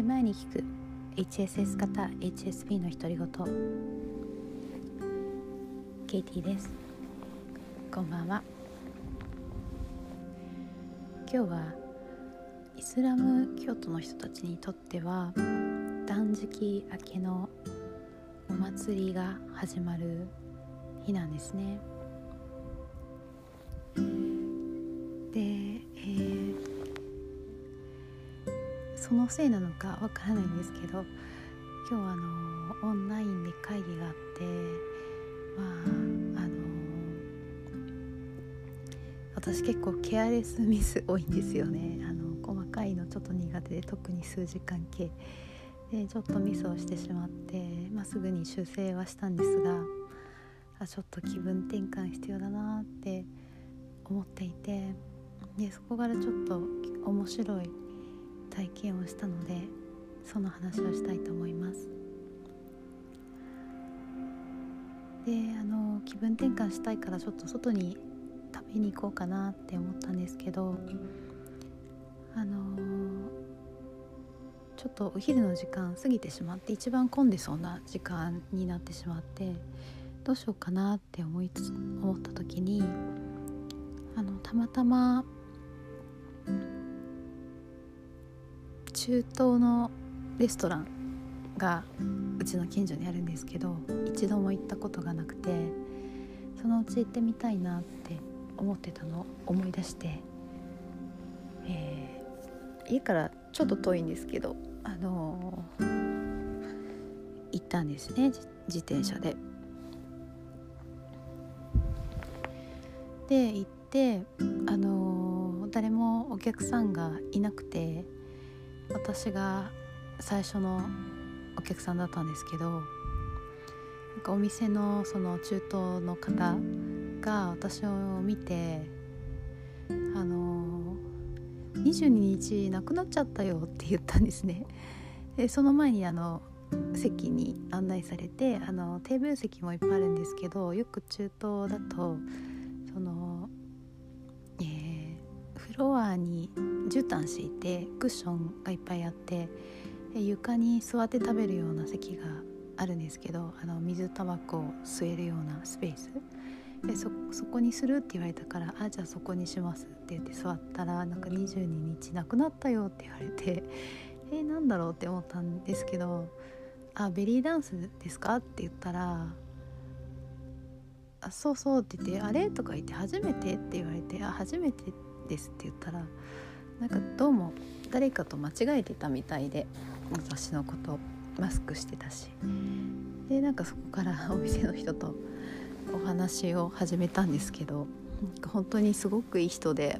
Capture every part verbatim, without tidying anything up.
る前に聞く エイチエスエス 型 エイチエスピー の独り言。ケイティです。こんばんは。今日はイスラム教徒の人たちにとっては断食明けのお祭りが始まる日なんですね。で、えー、そのせいなのかわからないんですけど、今日はあのオンラインで会議があって、まああの私結構ケアレスミス多いんですよね。あの細かいのちょっと苦手で、特に数字関係でちょっとミスをしてしまって、まあ、すぐに修正はしたんですが、あちょっと気分転換必要だなって思っていて、でそこからちょっと面白い体験をしたので、その話をしたいと思います。であの気分転換したいからちょっと外に食べに行こうかなって思ったんですけど、あのちょっとお昼の時間過ぎてしまって、一番混んでそうな時間になってしまって、どうしようかなって思いつ思った時に、あのたまたま中東のレストランがうちの近所にあるんですけど、一度も行ったことがなくて、そのうち行ってみたいなって思ってたのを思い出して、えー、家からちょっと遠いんですけど、あのー、行ったんですね、自転車で。で行って、あのー、誰もお客さんがいなくて、私が最初のお客さんだったんですけど、なんかお店のその中東の方が私を見て、あのにじゅうににち亡くなっちゃったよって言ったんですね。でその前にあの席に案内されて、あのテーブル席もいっぱいあるんですけど、よく中東だとその、えー、フロアに絨毯敷いてクッションがいっぱいあって、床に座って食べるような席があるんですけど、あの水タバコを吸えるようなスペースで、 そ, そこにするって言われたから、あじゃあそこにしますって言って座ったら、なんかにじゅうににち亡くなったよって言われて、えー、なんだろうって思ったんですけど、あベリーダンスですかって言ったら、あそうそうって言って、あれとか言って、初めてって言われて、あ初めてですって言ったら、なんかどうも誰かと間違えてたみたいで、私のことマスクしてたし、でなんかそこからお店の人とお話を始めたんですけど、なんか本当にすごくいい人で、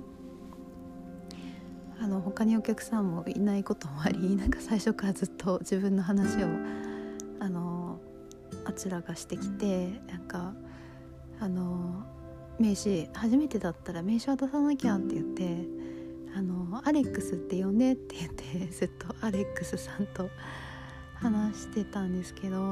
あの他にお客さんもいないこともあり、なんか最初からずっと自分の話をあのあちらがしてきて、なんかあの名刺初めてだったら名刺渡さなきゃって言って、あのアレックスって呼んでって言って、ずっとアレックスさんと話してたんですけど、あ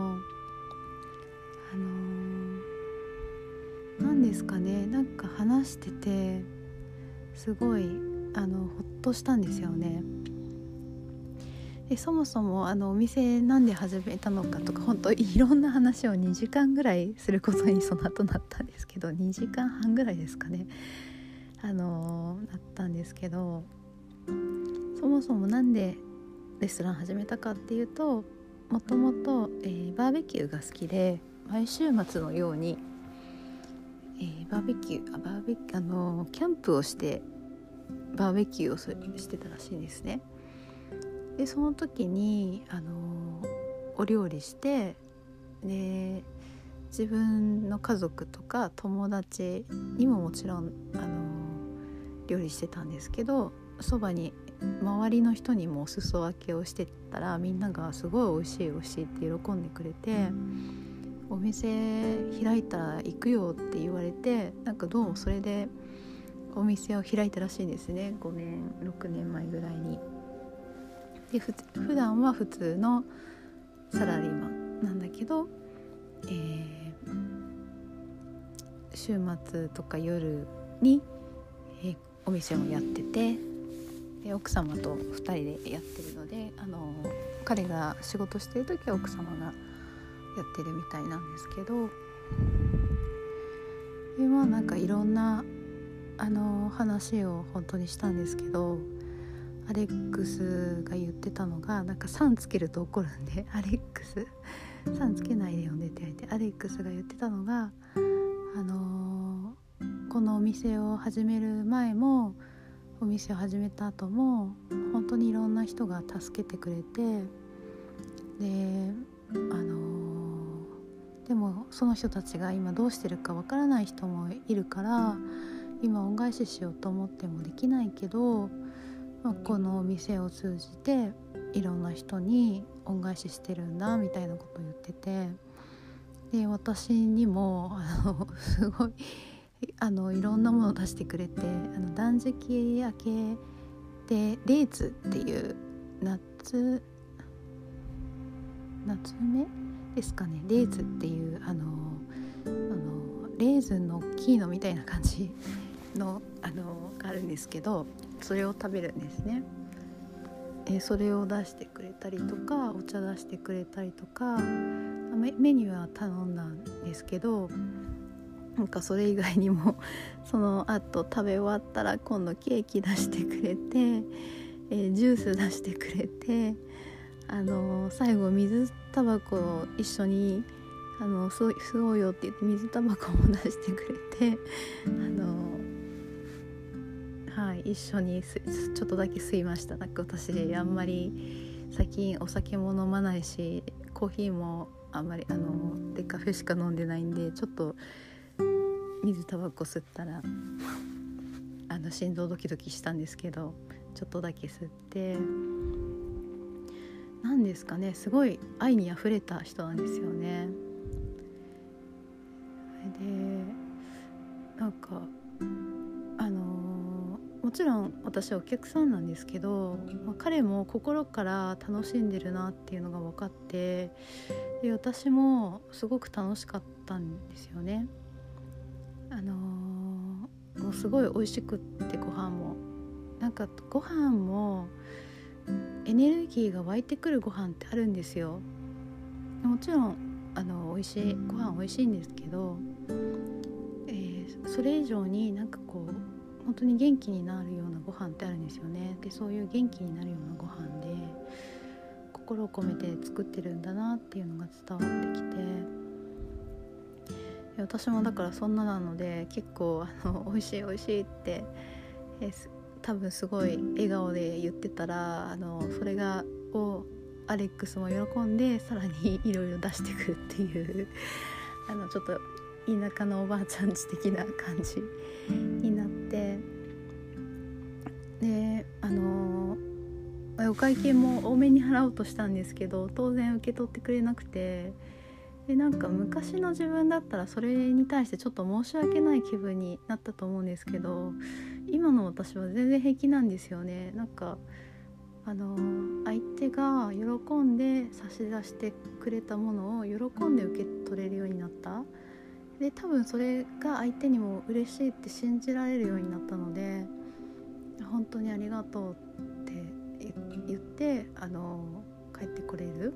の何ですかね、なんか話しててすごいあのほっとしたんですよね。でそもそもあのお店なんで始めたのかとか、本当いろんな話をにじかんぐらいすることにその後なったんですけど、にじかんはんぐらいですかね、あのなったんですけど、そもそもなんでレストラン始めたかっていうと、もともとバーベキューが好きで、毎週末のように、えー、バーベキューあバーベあのキャンプをしてバーベキューをしてたらしいんですね。でその時にあのお料理して、で自分の家族とか友達にももちろんあの料理してたんですけど、そばに周りの人にもお裾分けをしてたら、みんながすごい美味しい美味しいって喜んでくれて、お店開いたら行くよって言われて、なんかどうもそれでお店を開いたらしいんですね、ごねんろくねんまえぐらいに。でふ普段は普通のサラリーマンなんだけど、えー、週末とか夜に、えー、お店をやってて、 で奥様とふたりでやってるので、あの彼が仕事してる時は奥様がやってるみたいなんですけど、でまあなんかいろんなあの話を本当にしたんですけど、アレックスが言ってたのが、なんかさんつけると怒るんで、アレックスさんつけないでよねって言われて、アレックスが言ってたのが、あのー、このお店を始める前もお店を始めた後も本当にいろんな人が助けてくれて、で、あのー、でもその人たちが今どうしてるかわからない人もいるから、今恩返ししようと思ってもできないけど、まあ、このお店を通じていろんな人に恩返ししてるんだみたいなことを言ってて、で私にもあのすごいあのいろんなものを出してくれて、あの断食明けでレーツっていう夏夏目ですかね、レーツっていうあのあのレーズンの大きいのみたいな感じのあのがあるんですけど、それを食べるんですね。えそれを出してくれたりとか、お茶出してくれたりとか、メ, メニューは頼んだんですけど、なんかそれ以外にもその後食べ終わったら今度ケーキ出してくれて、えー、ジュース出してくれて、あのー、最後水タバコを一緒にあの吸おうよって言って水タバコも出してくれて、あのー、はい一緒にちょっとだけ吸いました。なんか私あんまり最近お酒も飲まないし、コーヒーもあんまりあのデカフェしか飲んでないんで、ちょっと水タバコ吸ったらあの心臓ドキドキしたんですけど、ちょっとだけ吸って、なんですかね、すごい愛にあふれた人なんですよね。でなんかあのー、もちろん私はお客さんなんですけど、まあ、彼も心から楽しんでるなっていうのが分かって、で私もすごく楽しかったんですよね。あのー、もうすごい美味しくって、ご飯もなんかご飯もエネルギーが湧いてくるご飯ってあるんですよ。もちろんあの美味しいご飯美味しいんですけど、えー、それ以上になんかこう本当に元気になるようなご飯ってあるんですよね。でそういう元気になるようなご飯で心を込めて作ってるんだなっていうのが伝わってきて、私もだからそんななので結構あの美味しい美味しいって、えー、多分すごい笑顔で言ってたら、あのそれがをアレックスも喜んでさらにいろいろ出してくるっていうあのちょっと田舎のおばあちゃんち的な感じになって、であのお会計も多めに払おうとしたんですけど、当然受け取ってくれなくて、でなんか昔の自分だったらそれに対してちょっと申し訳ない気分になったと思うんですけど、今の私は全然平気なんですよね。なんかあの相手が喜んで差し出してくれたものを喜んで受け取れるようになった。で多分それが相手にも嬉しいって信じられるようになったので、本当にありがとうって言ってあの帰ってこれる。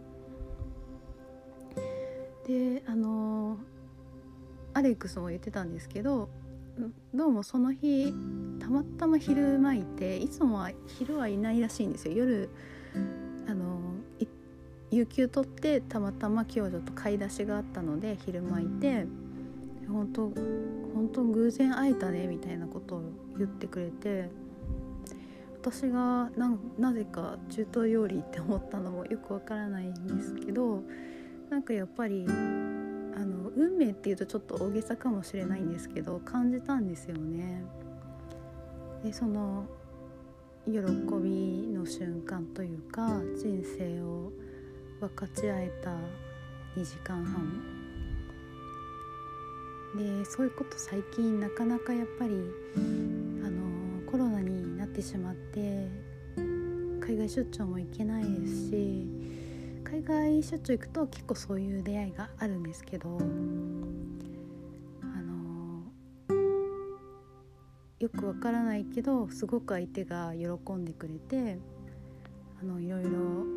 であのアレックスも言ってたんですけど、どうもその日たまたま昼間いて、いつもは昼はいないらしいんですよ。夜あの有給取ってたまたま今日ちょっと買い出しがあったので昼間いて、本当本当偶然会えたねみたいなことを言ってくれて、私が な, なぜか中東料理って思ったのもよくわからないんですけど、なんかやっぱりあの運命っていうとちょっと大げさかもしれないんですけど、感じたんですよね。でその喜びの瞬間というか、人生を分かち合えたにじかんはんで、そういうこと最近なかなかやっぱりあのコロナになってしまって海外出張も行けないですし、海外出張行くと結構そういう出会いがあるんですけど、あのよくわからないけどすごく相手が喜んでくれて、あのいろいろ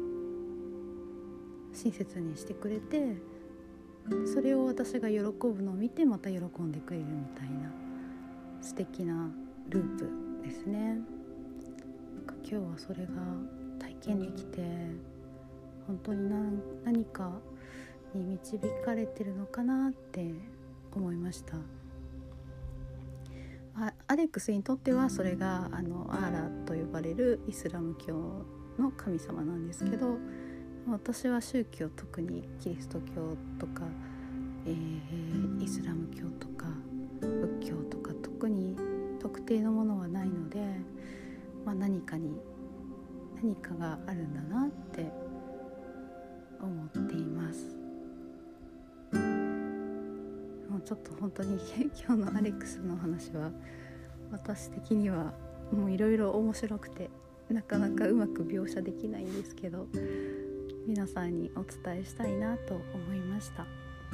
親切にしてくれて、それを私が喜ぶのを見てまた喜んでくれるみたいな素敵なループですね。今日はそれが体験できて、本当に 何, 何かに導かれてるのかなって思いました。あアレックスにとってはそれがあのアーラと呼ばれるイスラム教の神様なんですけど、私は宗教、特にキリスト教とか、えー、イスラム教とか仏教とか特に特定のものはないので、まあ、何かに何かがあるんだなって思っています。もうちょっと本当に今日のアレックスの話は私的にはもういろいろ面白くてなかなかうまく描写できないんですけど、皆さんにお伝えしたいなと思いました。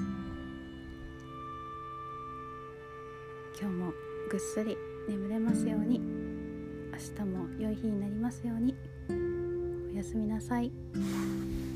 今日もぐっすり眠れますように、明日も良い日になりますように。おやすみなさい。